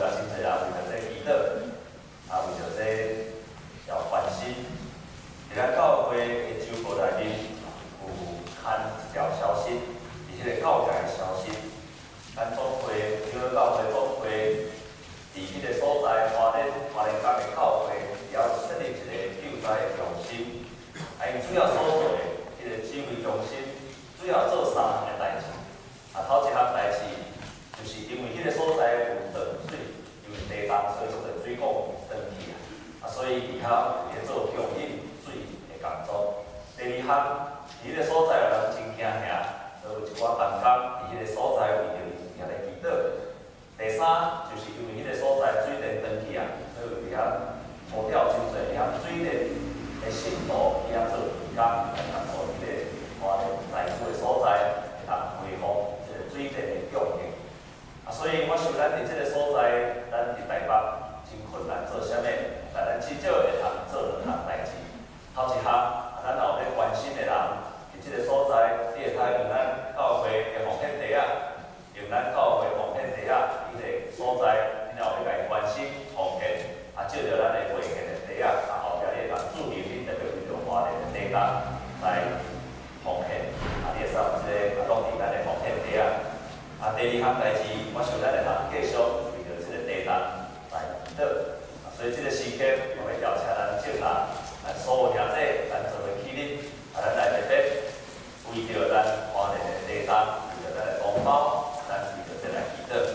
啊，真侪人为着这祈祷，啊，为着这要关心。伫咱教会的周报内面有刊一条消息，是迄个教界的消息。咱总会长老教会总会伫迄个所在花莲港的教会，要设立一个救灾的中心。啊，因主要所做的迄个指挥中心，主要做3项的代志。啊，头一项代志就是因为迄个所在有断水，因为地动，所以说着水管断去啊，所以伫遐有做供应水的工作。第二项，伫迄个所在人真惊吓，所以有一寡同工伫迄个所在为着也来祈祷。第三，就是因为迄个所在水电断去啊，所以有遐拖吊真侪，遐水电的信徒遐做义工，来协助迄个花莲在厝的所在，会当恢复即个水电的供应。啊，所以我想咱伫即个所在，咱伫台北真困难做啥物，但咱至少会通做2项代志。头一项，咱若有咧关心的人，伫即个所在，你会通用咱教会的奉献袋啊，用咱教会奉献袋啊，迄个所在，你若有咧家己关心奉献，啊，借着咱的奉献的袋啊，啊后壁你会当注明你特别为着花莲的地工来奉献，啊，你会使有即个落伫咱的奉献袋啊。啊，第二项代志，我想咱会通继续为着即个地动来祈祷。啊，所以即个时刻，我要邀请咱正下，所有兄弟，咱做伙起立，啊，咱来特别为着咱花莲的地动，为着咱的同胞，咱为着这来祈祷。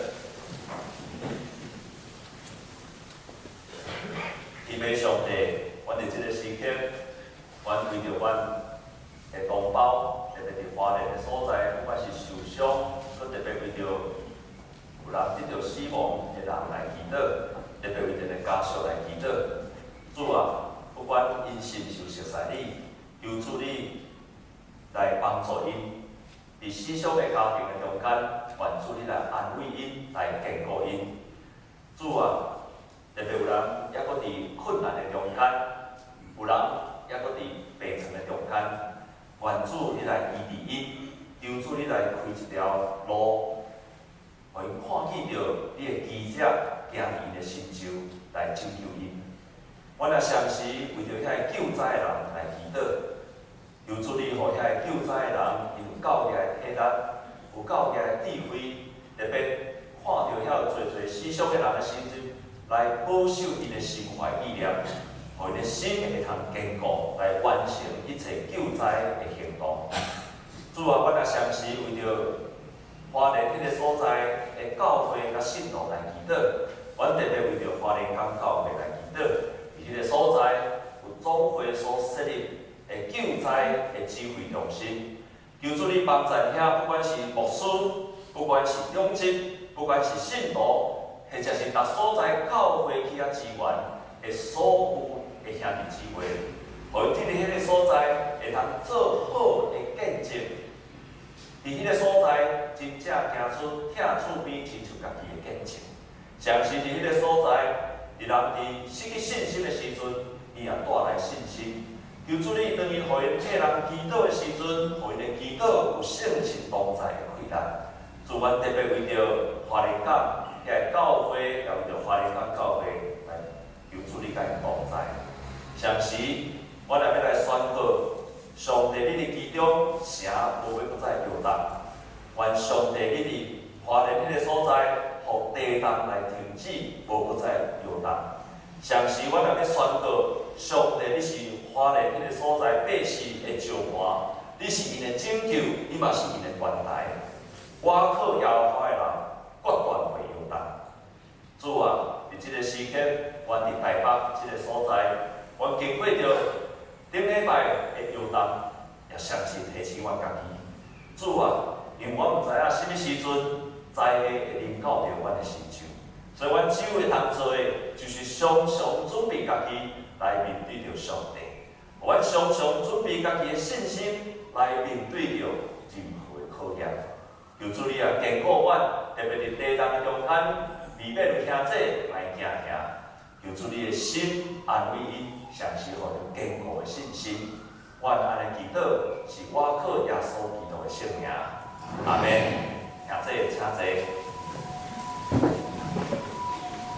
天父上帝，阮伫即个时刻，阮为着阮的同胞，特别伫花莲的所在，不管是受伤。特别为着有人得到死亡的人来祈祷，特别为着个家属来祈祷。主啊，不管因是毋是熟悉你，求主你来帮助因，伫死伤的家庭的中间，愿主你来安慰因，来坚固因。主啊，特别有人抑搁伫困难的中间，有人抑搁伫病床的中间，愿主你来医治因。求主你来开一条路，互因看见着你的记者行伫因的心上来拯救因。阮也常时为着遐个救灾的人来祈祷，求主你互遐个救灾的人有教育的体力，有教育的智慧，特别看到遐有侪死伤的人的时阵，来保守因的心怀意念，互因的心会通坚固，来完成一切救灾的行动。主啊，阮也常时为着花莲迄个所在的教会甲信徒来祈祷，阮特别为着花莲港教会来祈祷。伫迄个所在有总会所设立的救灾的指挥中心，求主你帮助遐，不管是牧师，不管是长职，不管是信徒，或者是逐所在教会去支援的所有的兄弟姊妹，互因伫迄个所在会通做好的见证。伫迄个所在，真正行出疼厝边亲像家己的见证。常时伫迄个所在，伫人伫失去信心的时阵，伊也带来信心。求主你当因互因替人祈祷的时阵，互因的祈祷有圣神同在的开展。主阮特别为着花莲港遐个教会，也为着花莲港教会来求主你甲因同在。常时，阮也要来宣告。上帝，你伫其中，城无要搁再摇动。愿上帝，你伫花莲迄个所在，互地动来停止，无搁再摇动。常时，阮也要宣告，上帝，你是花莲迄个所在百姓的招盘，你是因的拯救，你嘛是因的关台。我靠耶和华的人，决断袂摇动。主啊，伫即个时刻，阮伫台北即个所在，阮经过着。顶礼拜的摇动，也常时提醒阮家己。主啊，因为阮毋知影什么时阵灾祸会临到着阮的身上，所以阮只有会通做的，就是常常准备家己来面对着上帝。阮常常准备家己的信心来面对着任何的考验。求主你也坚固阮，特别伫地动的中间，未免有兄弟来行行。求主你的心安慰因。常时互因坚固的信心，阮安尼祈祷是我靠耶稣基督的圣名，阿门。兄弟，请坐。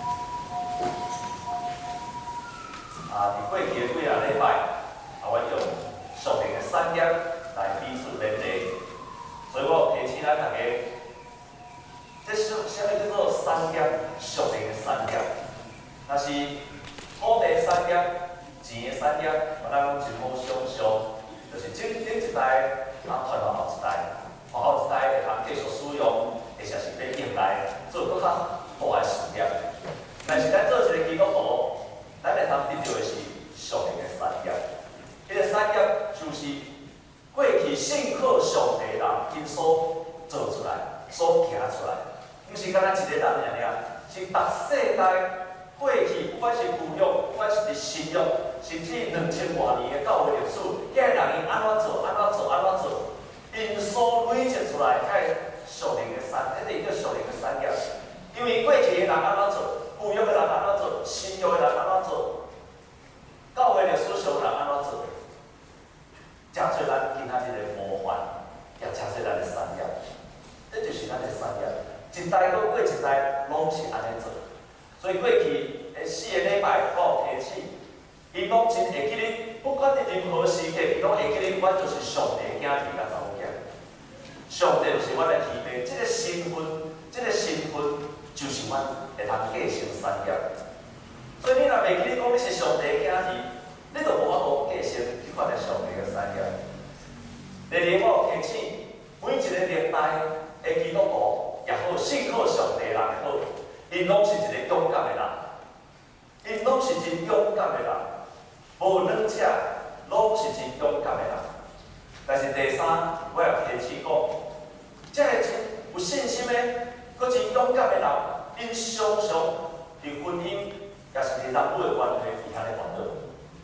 世代过去，不管是旧约，不管是伫新约，甚至2000多年的教会历史，遐人伊安怎做，安怎做，安怎做，因所累积出来，迄属灵的产，迄个叫属灵的产业。因为过去的人安怎做，旧约的人安怎做，新约的人安怎做，教会历史上的人安怎做，真侪咱今仔日的模范，也真侪咱的产业。这就是咱的产业，一代搁过一代，拢是安尼做。所以过去的4个礼拜，我有提醒，伊拢真会记哩，不管伫任何时刻，伊拢会记哩，阮就是上帝的囝儿甲查某囝。上帝就是阮的天父，这个身份，这个身份就是阮会通继承产业。所以你若袂记哩讲你是上帝的囝儿，你就无法度继承迄款的上帝的产业。第二，我有提醒，每一个年代的基督徒也好，信靠上帝的人也好。因拢是一个勇敢的人，因拢是真勇敢的人，无软者，拢是真勇敢的人。但是第三，我要提醒讲，这个真有信心的，搁真勇敢的人，因常常伫婚姻，也是伫男女的关系底下咧烦恼。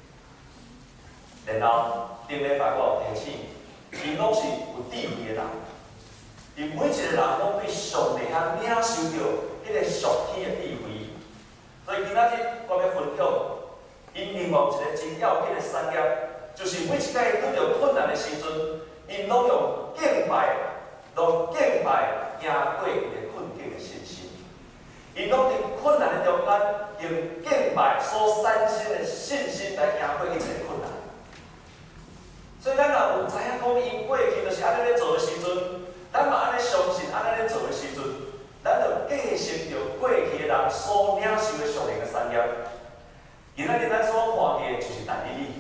然后顶礼拜我有提醒，因拢是有智慧的人，因每一个人拢比上帝遐领受着。迄个属天的智慧，所以今仔日我要分享，因另外一个真要紧的产业，就是每一摆遇到困难的时阵，因拢用敬拜赢过伊个困境的信心。因拢伫困难的中间，用敬拜所产生的信心来赢过一切困难。所以咱若有知影讲，因过去就是安尼咧做的时阵，咱嘛安尼相信，安尼咧做的时阵。咱就继承着过去的人所领受的属灵的产业。今仔日咱所看见的就是但以理，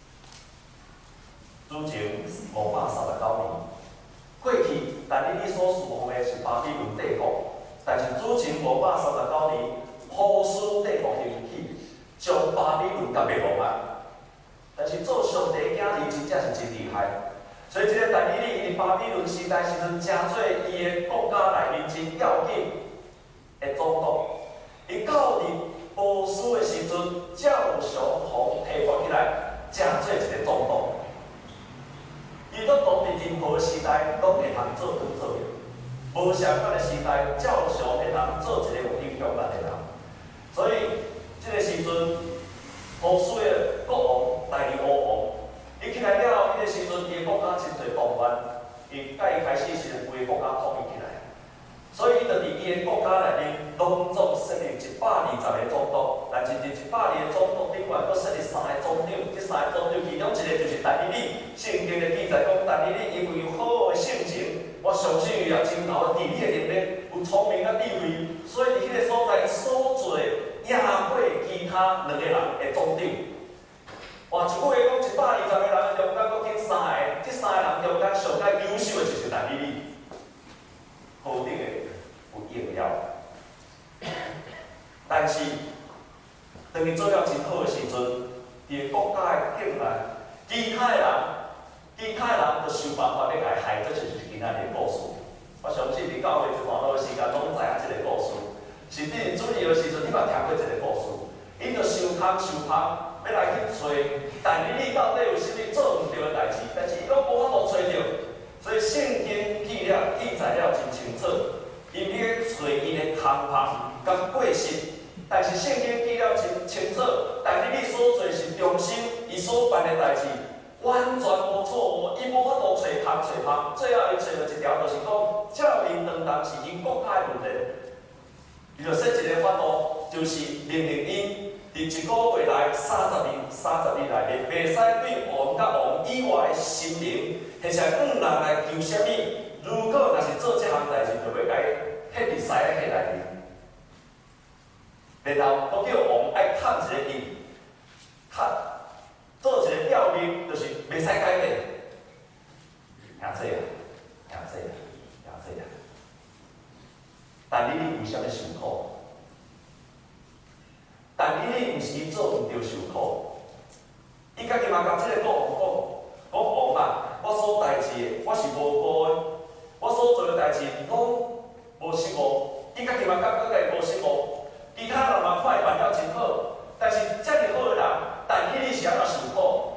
主前539年，过去但以理所侍奉的是巴比伦帝国，但是主前539年，波斯帝国兴起，将巴比伦甲灭亡啊。但是做上帝的囝儿真正是真厉害。所以，这个但以理伊伫巴比伦时代时阵，真做伊的国家内面真要紧的总督。伊到伫波斯的时阵，照常互提拔起来，真做一个总督。伊都当伫任何时代拢会通做官做业，无相款的时代，照常会通做一个有影响力的人。所以，这个时阵，波斯的国王大利乌王。伊起来了，迄个时阵，伊个国家真侪动乱，伊甲伊开始是规个国家统一起来，所以伊就伫伊个国家内面隆重设立120个总督，但是伫120个总督顶外，佫设立3个总长，这3个总长其中一个就是但以理。圣经的记载讲，但以理因为有好的性情，我相信伊也真有治理的能力，有聪明甲智慧，所以伫迄个所在，伊所做的赢过其他2个人的总长。换一句话讲，120个人的中间，佫紧3个，这3个人中间上较优秀的就是但以理，好顶的有应了。但是，当伊做了真好的时阵，伊个国家的境内，其他的人就想办法要甲伊害，这就是今仔日的故事。我相信伫教会一段路的时间，拢知影这个故事。甚至主日的时阵，你嘛听过这个故事，因就想空想胖。要来去找但以理到底有啥物做唔对的代志，但是伊拢无法度找着，所以圣经记载了真清楚，因要找伊的空旁甲过失，但是圣经记了真清楚，但以理所做是忠心，伊所办的代志完全无错误，伊无法度找空，最后伊找到一条，就是讲照明当当是因国家的问题，伊就设一个法度，就是命令因。伫1个月内30日内面，袂使对王甲王以外的神明，或者人来求啥物。如果若是做这项代志，就要甲伊迄伫西迄内面，然后佫叫王爱探一个印，做一个表明，就是袂使改变。听这啊！但你为啥物受苦？但以理毋是伊做毋着受苦，伊家己嘛甲即个国王讲王啊，我所代志的我是无辜的，我所做的代志拢无失误。伊家己嘛感觉家己无失误， 其他人嘛看伊办了真好，但是遮尔好的人，但伊是安怎受苦？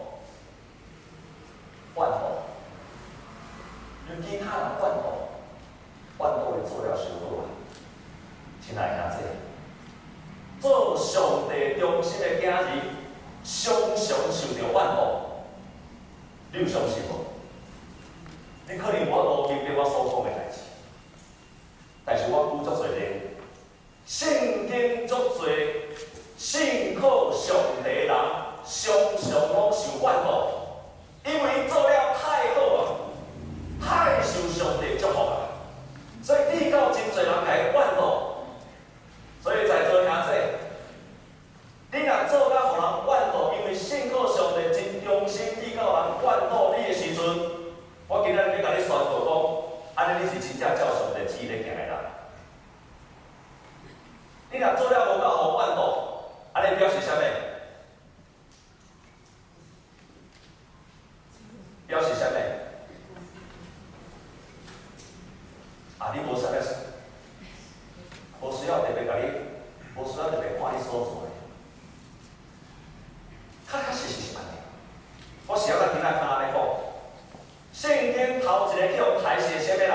怨妒，因其他人怨妒，怨妒伊做了伤好啊！亲爱的兄弟，做上帝忠心的囝儿，常常受到怨妒，你有相信无？你可能我无经历我所讲的代志，但是我有足侪个圣经足侪信靠上帝的人，常常拢受怨妒，因为做了太好啊，太受上帝祝福啊，所以遇到真侪人来怨妒。所以在座兄弟，你若做甲互人怨妒，因为信靠上帝真忠心，遇到人怨妒你的时阵，我今仔日要甲你宣告讲，安尼你是真正照上帝旨意咧行的人。你若做了无够互怨妒，安尼表示啥物？表示啥物？啊，你无啥物？无需要特别甲你，无需要特别看你所做的，确实是安尼。我是要甲今仔看安尼讲，圣经头一个叫抬是啥物人？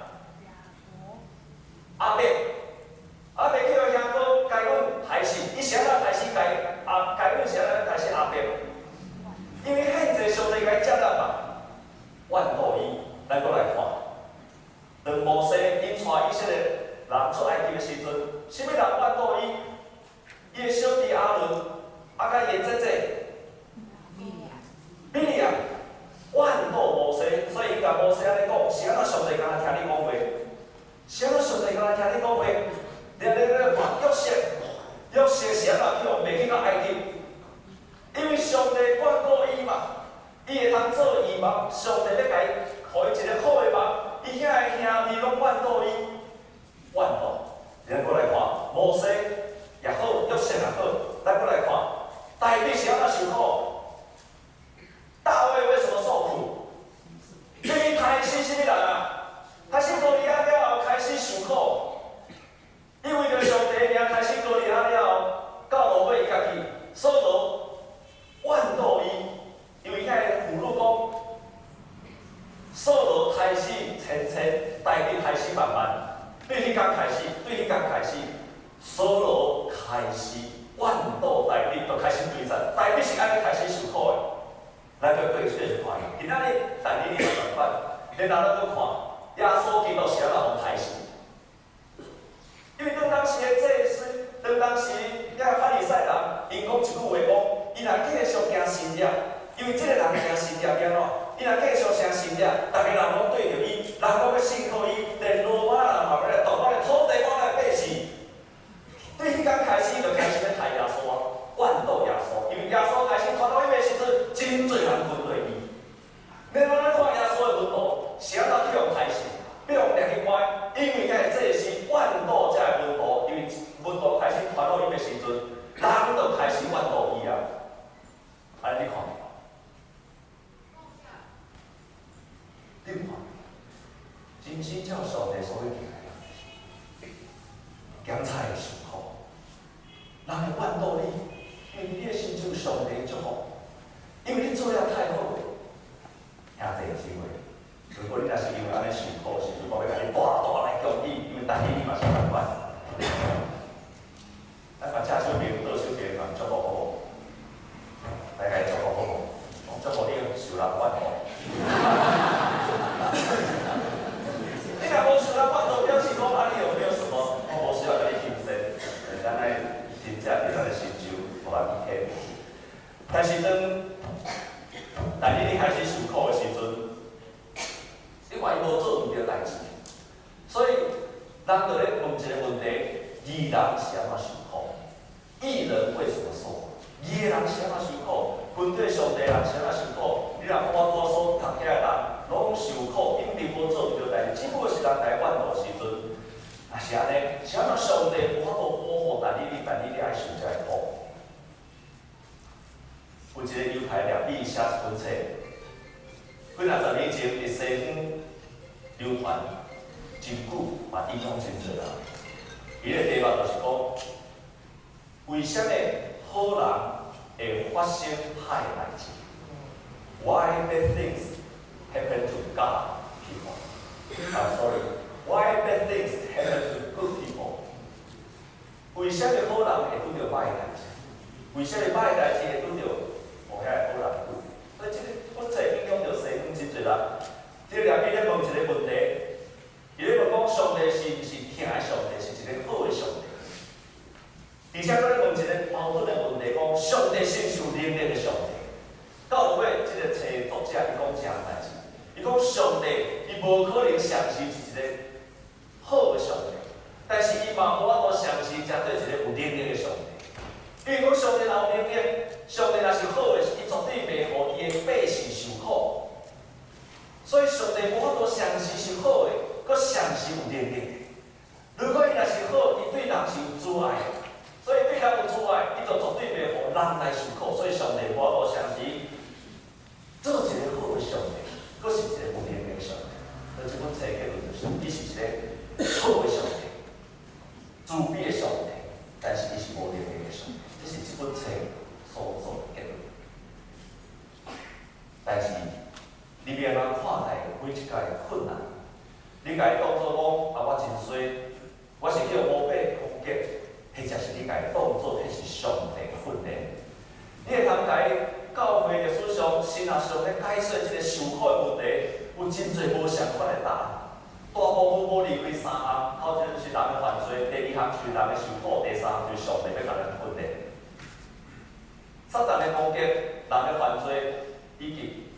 阿伯，阿伯叫兄哥该阮抬是，伊是安怎抬是该阮是安怎抬是阿伯？因为现在上帝该接纳嘛，怨妒伊，咱搁来看，当摩西因带以色列人出埃及的时阵，啥物人怨妒伊？伊的小弟阿伦，甲伊的姐姐米利亚怨妒摩西，所以伊甲摩西安尼讲：是安怎上帝敢若听你讲话？是安怎上帝敢若听你讲话？你看约瑟是安怎去互袂去到埃及？因为上帝眷顾伊嘛，伊会通做义梦，上帝要甲伊，互伊一个好的梦，伊遐的兄弟拢怨妒伊。怨妒，咱过来看，摩西也好，约瑟也好，咱过来看，大卫是安怎受苦？大卫为什么受苦？因为开始什么人啊？开始歌利亚了后，开始受苦，因为着上帝名开始歌利亚了后，到落尾伊家己扫罗怨妒伊，因为遐个俘虏讲，扫罗开始千，大卫开始慢慢。对迄天开始，扫罗开始怨妒大卫，就开始对战。大卫是安尼开始受苦的，咱就继续看。今仔日，但你嘛相反，然后咱去看耶稣基督是安怎互杀死。因为当时的祭司，当时遐法利赛人，因讲一句话讲，伊若继续行神业，因为即个人行神业安怎？伊若继续行神业，逐个人拢对着伊，人拢要信靠伊，连罗马人嘛要来动，我的土地我来爬死。对迄天开始，就开始要杀耶稣啊，怨妒耶稣，因为耶稣开始传到伊的时阵，真侪人跟对伊。然后咱看耶稣的门徒是安怎去互杀死，要互掠去关，因为遐个祭司怨妒遮个门徒，因为门徒开始传到伊的时阵，人就开始怨妒伊啊。安尼你看。你看，真正照上帝所要行的人，检查会受苦，人会怨妒你，因为你的心就上帝祝福，因为你做了太好了。兄弟姊妹，如果你若是因为安尼受苦，是不是我要甲你大来恭喜？因为但你嘛是难办。咱把正手边、倒手边嘛祝福好无？大家祝福好无？祝福你受人怨妒。你若无受人怨妒，表示讲啊，你有没有什么？我无需要甲你牺牲，咱来真正伫咱的心就互人体。但是当你开始受苦的时阵，你看伊无做毋对代志，所以咱就咧问一个问题：义人是安怎受苦？义人为什么受苦？义人是安怎受苦？军队上帝人是安怎受苦？你若看我所读起来人，拢受苦，因为无做毋对代志，只不过是人来怨妒时阵，也是安尼，是安怎上帝无法度保护，但你爱受遮个苦。有一个犹太人，伊写一本册，几若十年前伫西方流传真久，嘛影响真侪人。伊个题目就是讲， 为什么好人会发生歹代志 ？Why bad things happen to God people? I'm sorry. Why bad things happen to good people? 为什么好人会拄到歹代志？为什么歹代志会拄到无遐好人拄？所以这个本册影响到西方真侪人。这个念经咧问一个问题，伊咧问讲上帝是毋是疼的上帝，是一个好的上帝？而且佫咧问一个矛盾的问题，讲上帝是毋是有能力的上帝？到尾，这个册作者伊讲一项代志，伊讲上帝伊无可能像是一个好的上帝，但是伊嘛无法度像是针对一个有能力的上帝。比如讲上帝若有能力，上帝若是好的，伊绝对袂互伊的百姓受苦。所以上帝无法度像是好的，佫像是有能力的。如果伊若是好，伊对人是有阻碍的。所以对人有阻碍，伊就绝对袂互人来受苦。所以上帝无法度像是做一个好的上帝，佫是一个有能力的上帝。所以这本册结论就是，伊是一个好的上帝，慈悲的上帝，但是伊是无能力的上帝。这是这本册所做的结论。但是你要安怎看待每一届的困难？你家己当作讲我真衰，我是去乌马攻击。或者是你家己当作迄是上帝训练，你会通家教会历史上神学上咧解说即个受苦的问题，有真侪无相款的答案。大部分无离开三项，头一个就是人的犯罪，第二项就是人的受苦，第三项就是上帝要甲咱训练。撒旦的攻击、人的犯罪以及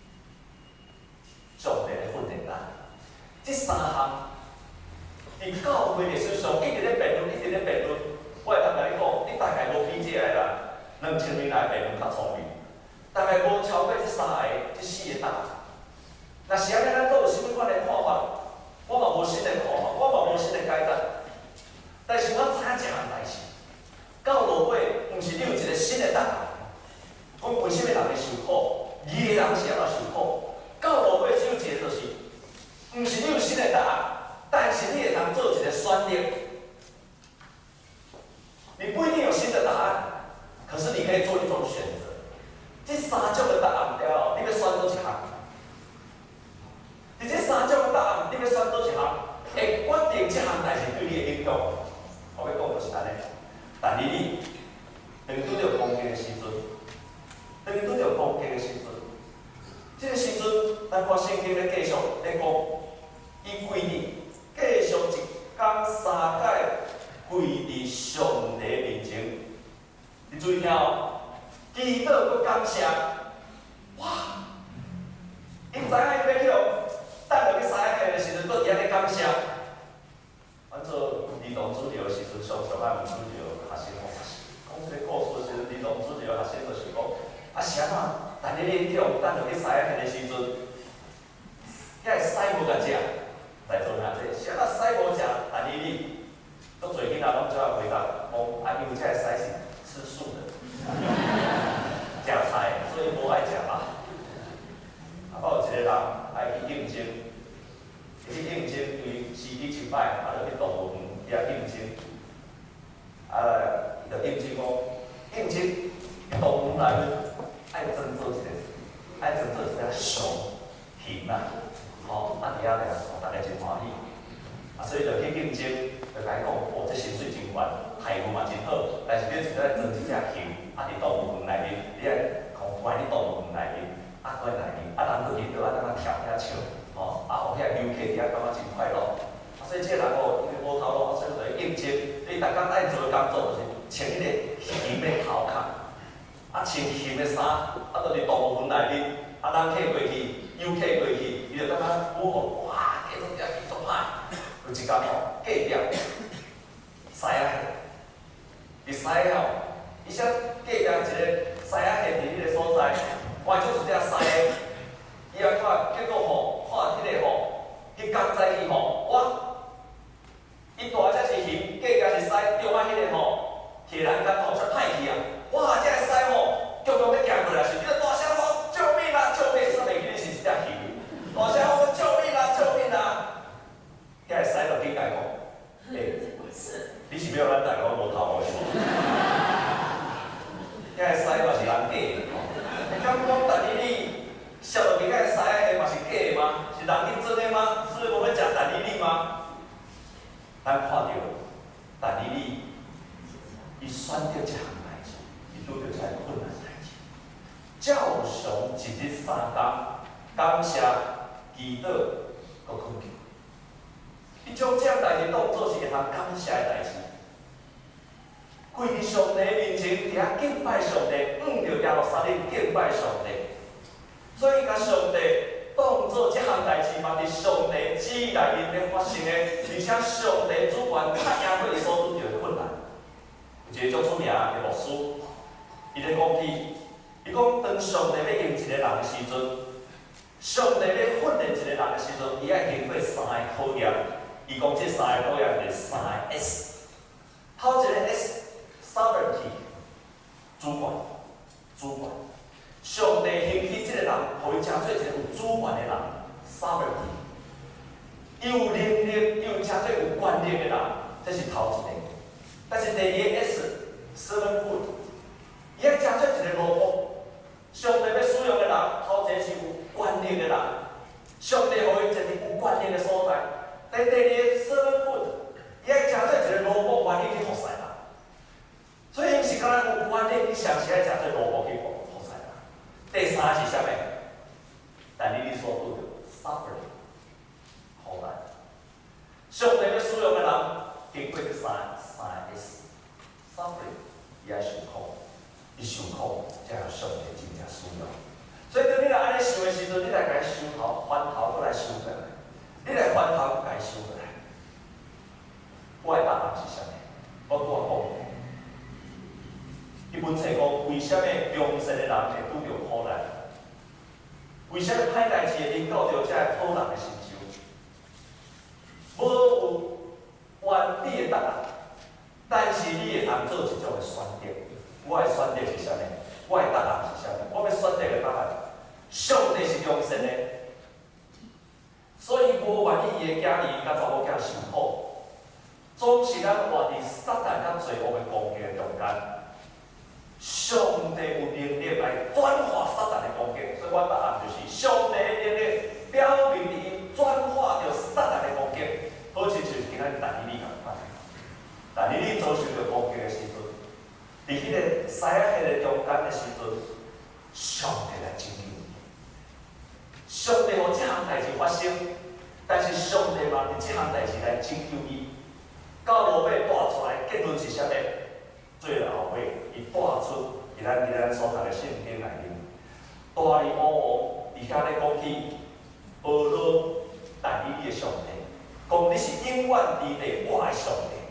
上帝的训练咱，这三项。伫教会历史上一直咧辩论，一直咧辩论。我会当甲你讲，你大概无比这个人，2000年来辩论较聪明，大概无超过这三个、这四个答案。若是安尼，咱阁有啥物款的看法？我嘛无新的看法，我嘛无新的解答。但是我知影一项代志，到落尾，毋是你有一个新的答案。讲为什么人会受苦？义的人是安怎受苦？到落尾只有一个，就是，毋是你有新的答案。但是你会当做一个选择，你不一定有新的答案，可是你可以做一种选择。这三种的答案了，你要选倒一项？伫这三种的答案，你要选倒一项，会决定这项代志对你的影响。我要讲就是安尼。但你当拄着攻击的时阵，当拄着攻击的时阵，这个时阵，咱看圣经咧继续咧讲，伊规日。继续一天三界跪伫上帝面前，你注意听哦，祈祷佮感谢，哇！因知影伊要去等落去三界的时阵，搁伫遐咧感谢。阮做儿童主流的时阵，常爱问主流学生讲这个故事的时阵，儿童主流学生就是讲，是安怎？但你咧去等落去三界的时阵，遐个屎无甲食。在做哪这？啥物屎无食，但你，足侪囡仔拢最爱回答，讲因为这个屎是吃素的，食菜，所以无爱食肉。有一个人爱去应征，去应征为司机一摆，就去动物园遐应征，就应征讲，应征动物园内面爱装作一个，爱装作一个熊熊啊。伫遐咧，大家真欢喜，所以就去竞争，就甲伊讲，这薪水真悬，待遇嘛真好，但是你只要装一只熊，伫动物园内面，你爱关伫动物园内面，关内面，人去引导，感觉跳遐笑，互遐游客伫遐感觉真快乐。所以这个人因为无头路，所以就去应征，所以大家爱做的工作就是穿迄个熊的头壳，穿熊的衫，就伫动物园内面，人客过去，游客过去。伊就感觉哇，加种遮去足歹，有一天隔壁狮仔蟹，伫狮仔伊说隔壁一个狮仔蟹伫迄个所在，看做一只狮仔，伊来看，结果看迄个迄公仔去哇，伊大只是熊，隔壁是狮，中啊迄个铁栏杆煞歹去啊，哇，这个狮急急要行过来时，伊就大声吼：“救命啊！救命！”煞袂记你是一只熊。大声讲救命啊！救命啊！遐个狮就去甲伊讲，你是要咱大家无头无尾无？ 选择这项代志，伊拄着这个困难代志。照常一日3工，感谢、祈祷、搁困觉。伊将这项代志当作是会通感谢的代志。跪伫上帝面前，伫遐敬拜上帝，着耶路撒冷敬拜上帝。所以，甲上帝当作这项代志嘛，伫上帝旨意内面咧发生的，而且上帝主权较赢过伊所拄着的困难。有一个足出名的牧师，伊咧讲起，伊讲当上帝要用一个人的时阵，上帝要训练一个人的时阵，伊爱经过3个考验。伊讲这3个考验是3个 S。头一个 S。Sovereignty， 主权，上帝兴起这个人，互伊成做一个有主权的人 ，Sovereignty， 伊有能力，伊有成做有权力的人，这是头一个。但是第二个 S，Servanthood， 伊要成做一个奴仆。上帝要使用的人，头一个是有权力的人，上帝互伊一个有权力的所在。但第二个 Servanthood， 伊要成做一个奴仆，愿意去服侍人。所以，毋是敢若有权力，你上是爱食做萝卜去服侍人。第三是啥物？但你所拄着 suffering， 苦难。上帝要使用的人，经过这三个 S，suffering， 伊爱受苦，伊受苦，才有上帝真正需要。所以，当你来安尼想的时阵，你来甲伊收头，翻头，搁来收回来。你来翻头，甲伊收回来。我的答案是啥物？我讲。伊本册讲，为什么良善的人会拄着苦难？为什么歹代志会领导着这好人的成就？无有完美的答案，但是你会通做一种的选择。我的选择是啥物？我的答案是啥物？我要选择的答案，上帝是良善的，所以无愿意伊的囝儿甲查某囝受苦，总是咱活伫撒旦甲罪恶的攻击中间。上帝有能力来转化撒旦的攻击，所以我答案就是上帝的能力表明伊转化着撒旦的攻击，好像就是今仔日但以理共款。但以理遭受着攻击的时阵，伫迄个西亚迄个中间的时阵，上帝来拯救伊。上帝互这项代志发生，但是上帝嘛伫这项代志来拯救伊。到落尾带出来结论是啥物？最后尾，伊带出伫咱所读的圣经内面，大利乌王伫遐咧讲起保罗但以理的上帝，讲你是永远伫地我的上帝，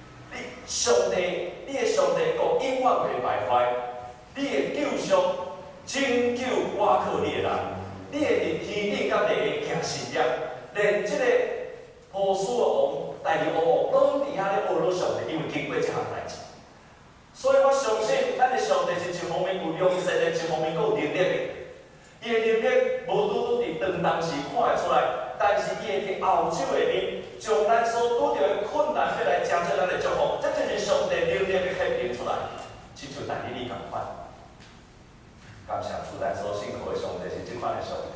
你的上帝讲永远袂败坏，你的救赎拯救我靠你的人，你会伫天顶甲地下行神业，连即个波斯的王大利乌王拢伫遐咧保罗上帝，因为经过这项代志。所以我相信，咱的上帝是一方面有良善的，一方面佫有能力的。伊的能力无拄伫当时看会出来，但是伊会伫后手下面，将咱所拄着的困难要来成就咱的祝福，这就是上帝能力要显明出来。亲像但以理共款，感谢主，咱所信靠的上帝是即款的上帝。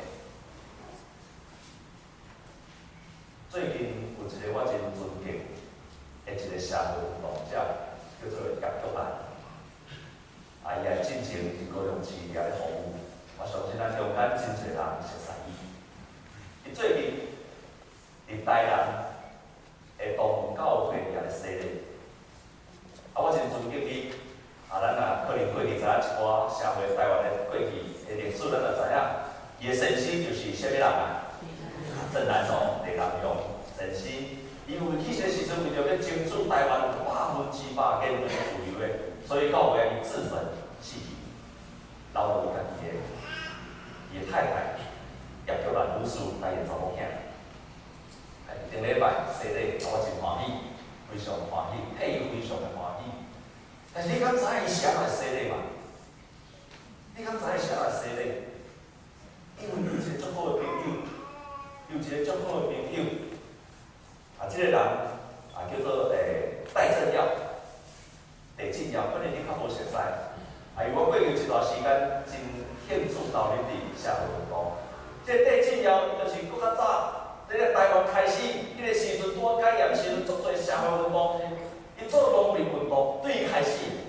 最近有一个我真尊敬的一个社会运动者。叫做叶竹兰，伊也进行高雄市业的服务。我相信咱中间真侪人熟悉伊。伊最近伫台南的东门教会也洗礼。我真尊敬伊。咱可能过去知影一寡社会台湾的过去的历史，咱就知影，伊的先生就是啥物人啊？郑南榕、李南榕先生。因为起些时阵为着要争取台湾100%言论自由的，所以到尾伊自焚死去，留落伊家己的伊的太太叶竹兰女士甲伊查某囝。顶礼拜洗礼，我真欢喜，非常欢喜，替伊非常的欢喜。但是你敢知影伊啥来洗礼嘛？你敢知影啥来洗礼？因为有一个足好的朋友，这个人叫做戴正耀、戴正耀，可能你较无熟悉。因为我过去一段时间真兴趣投入伫社会运动。这戴正耀就是搁较早，在台湾开始，迄个时阵拄改严时阵，足侪社会运动，伊做农民运动，对伊开始。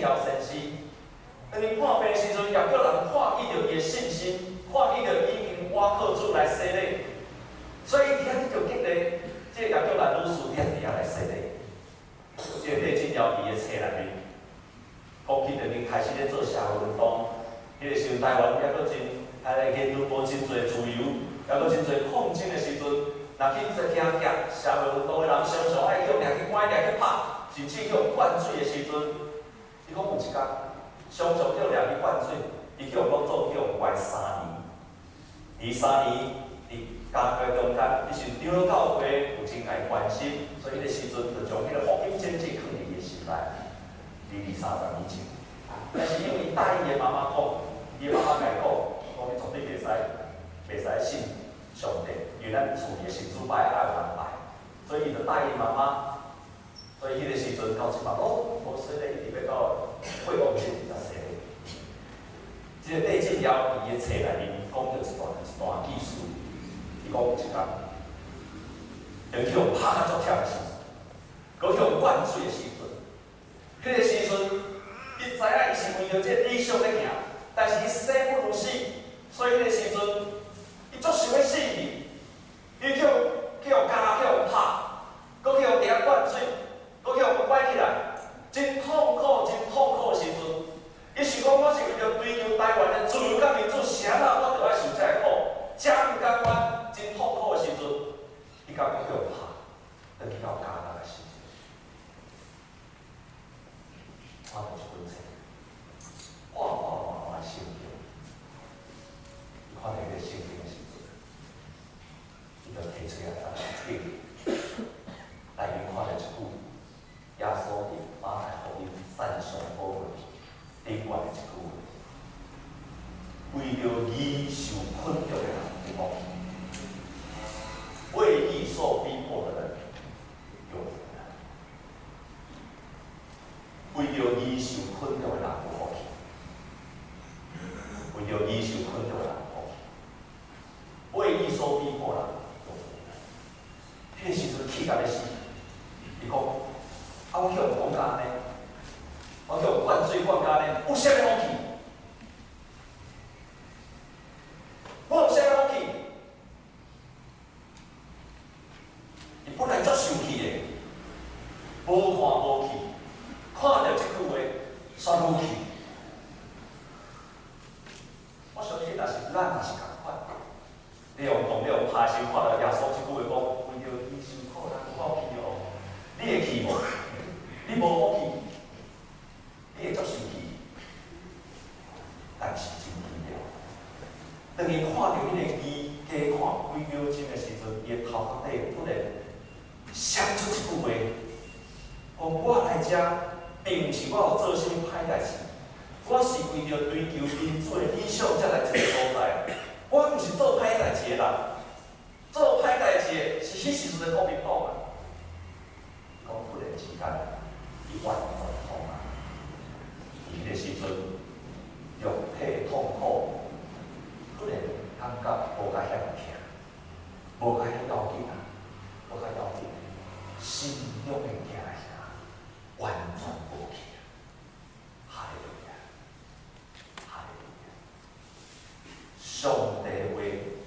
尧先生，当伊破病的时阵，也叫人看见着伊的信心，看见着已经挖靠出来洗礼。所以伫遐就激励，这也叫人女士伫遐来洗礼。这个李进尧伊的册内面，过去就已经开始咧做社会运动。迄个时阵台湾还阁真，言论无真侪自由，还阁真侪抗争的时阵，若去惊吓社会运动的人，常常爱叫掠去关、掠去拍，甚至叫灌水的时阵，伊讲有一天，常常叫掠去灌水，伊叫我做叫歪3年，伊3年。家家中间，伊是长老教会有真爱关心，所以迄个时阵就将迄个福音政绩放伫伊心内，20-30年前。但是因为答应伊妈妈讲，伊妈妈甲伊讲，你绝对袂使信上帝，因为咱厝里神主拜爱有人拜，所以伊就答应妈妈。所以迄个时阵到即嘛，无说咧，一直要到会王节才说咧。即个李进尧伊个册内面讲着一段记述。伊讲有一天，人去互拍啊足忝的时阵，搁去互灌水的时阵，迄个时阵，伊知影伊是为着这理想咧行，但是伊生不如死，所以迄个时阵，伊足想要死去，伊去互加去互拍，搁去互伫遐灌水，搁去互拐起来，真痛苦的时阵，伊想讲我是为着追求台湾的自由甲民主，啥人我着爱受这个苦，真毋甘愿。真痛苦的时阵，伊甲我叫拍，等去到家那个时阵，我就一本册，哇圣经，伊看到迄个圣经的时阵，伊就提出来来念，内面看到一句，耶稣伫马太福音3上宝贵顶悬的一句话，为着义受困着的人，伊讲。为义受逼迫的人有福了，为着义受困着的人有福气，为着义受困着的人有福气，为义受逼迫的人有福了。迄个时阵气甲要死，伊讲，我叫讲甲安尼，我叫灌水灌甲安尼，有啥物福气？我有啥物福气？本来足生气的，无看无去，看到这句话，煞无去。我相信，若是咱也是共款。你用动力用拍手，看到耶稣这句话讲，为着伊受苦，咱有去哦。你会去无？你无福气，你会足生气。但是真奇妙，当伊看到迄个伊加看几秒钟的时阵，伊头壳底突然。想出一句话，讲我来遮，并毋是我有做啥物歹代志，我是为着追求民主的理想才来这个所在。我毋是做歹代志的人，做歹代志的是迄时阵的国民党啊。讲突然之间，伊完全痛啊！伊迄个时阵，肉体痛苦，突然感觉无甲遐疼，无甲遐要紧啊，无甲要紧。心中的惊吓完全无去，哈利路亚，哈利路亚！上帝的话，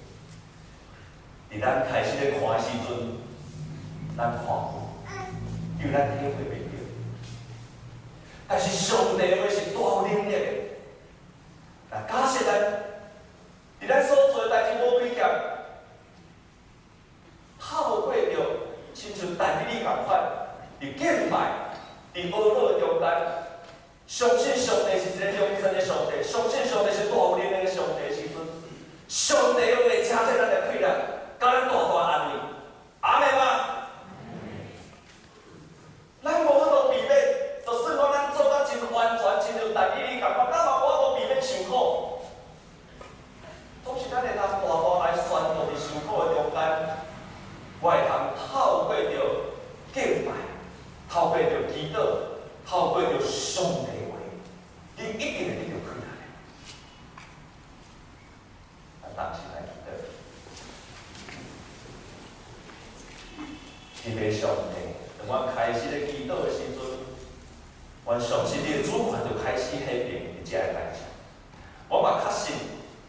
伫咱开始咧看的时阵，咱看无，因为咱体会袂到。但是上帝的话是大有能力的。那假设咱伫咱所做的代志无亏欠，透过着。亲像但以理共款，伫敬拜、伫恶乐中间，相信上帝是一个良善的上帝，相信上帝是大有能力的上帝的时阵，上帝会请出咱的气力，甲咱大大安慰。阿妹吗？咱无法度避免，就算讲咱做到真完全，亲像但以理共款，咱嘛无法度避免受苦。总是咱会通大大来宣告伫受苦的中间。我会通透过着敬拜，透过着祈祷，透过着上帝话，你一定会得到困难的。咱当时来祈祷， 你遮个代志。我嘛确信，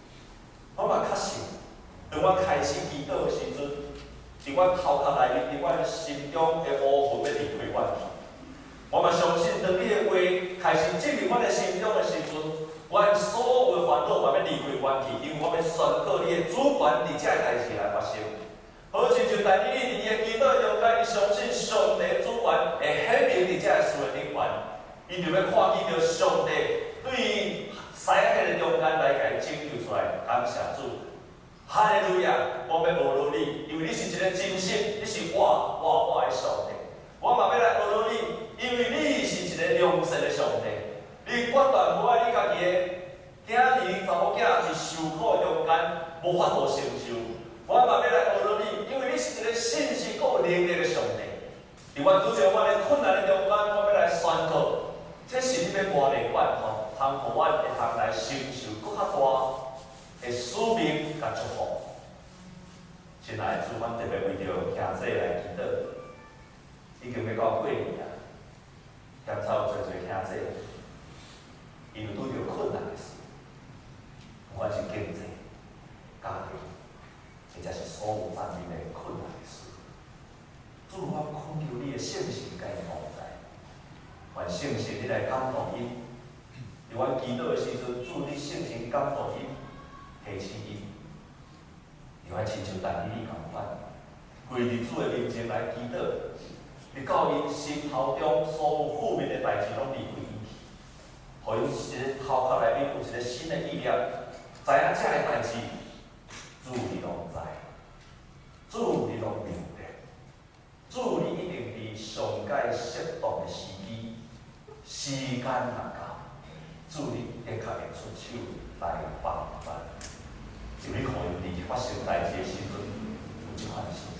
当我开始祈祷的时阵，伫阮头壳内面，伫阮心中的乌云要离开阮去。我嘛相信，当你的话开始进入阮的心中的时阵，阮所有的烦恼嘛要离开阮去，因为我要宣告你的主权伫遮个代志来发生。好亲像但以理伫伊的祈祷中间，伊相信上帝的主权会显明伫遮个事的顶端，伊就要看见着上帝对于西海的中间来甲伊拯救出来，感谢主。哈利路亚！我要学罗你，因为你是一个真神，你是我的上帝。我嘛要来学罗你，因为你是一个良善的上帝。你决断无爱你家己的囝儿、查某囝伫受苦中间无法度承受。我嘛要来学罗你，因为你是一个信实够有能力的上帝。伫我拄着我的困难的中间，我要来宣告，这是你要我的愿望，通互我会通来承受搁较大的使命甲祝福。亲爱的主，阮特别为着兄弟来祈祷，已经要到过年啊，兼且有侪兄弟，因为拄着困难的事，不管是经济、家庭，或者是所有方面的困难的事，主，我恳求你的圣神甲伊同在，愿圣神你来感动伊。伫阮祈祷的时阵，主你圣神感动伊，提醒伊，伫阮亲像但以理共款，跪伫主的面前来祈祷，你到因心头中所有负面的代志拢离开伊去，互因一个头壳内面有一个新的意念，知影遮个代志，主你拢知，主你拢明白，主你一定伫上界适当的时机，时间若到。主你的确会出手来帮咱，就你可能伫发生代志的时阵有一款心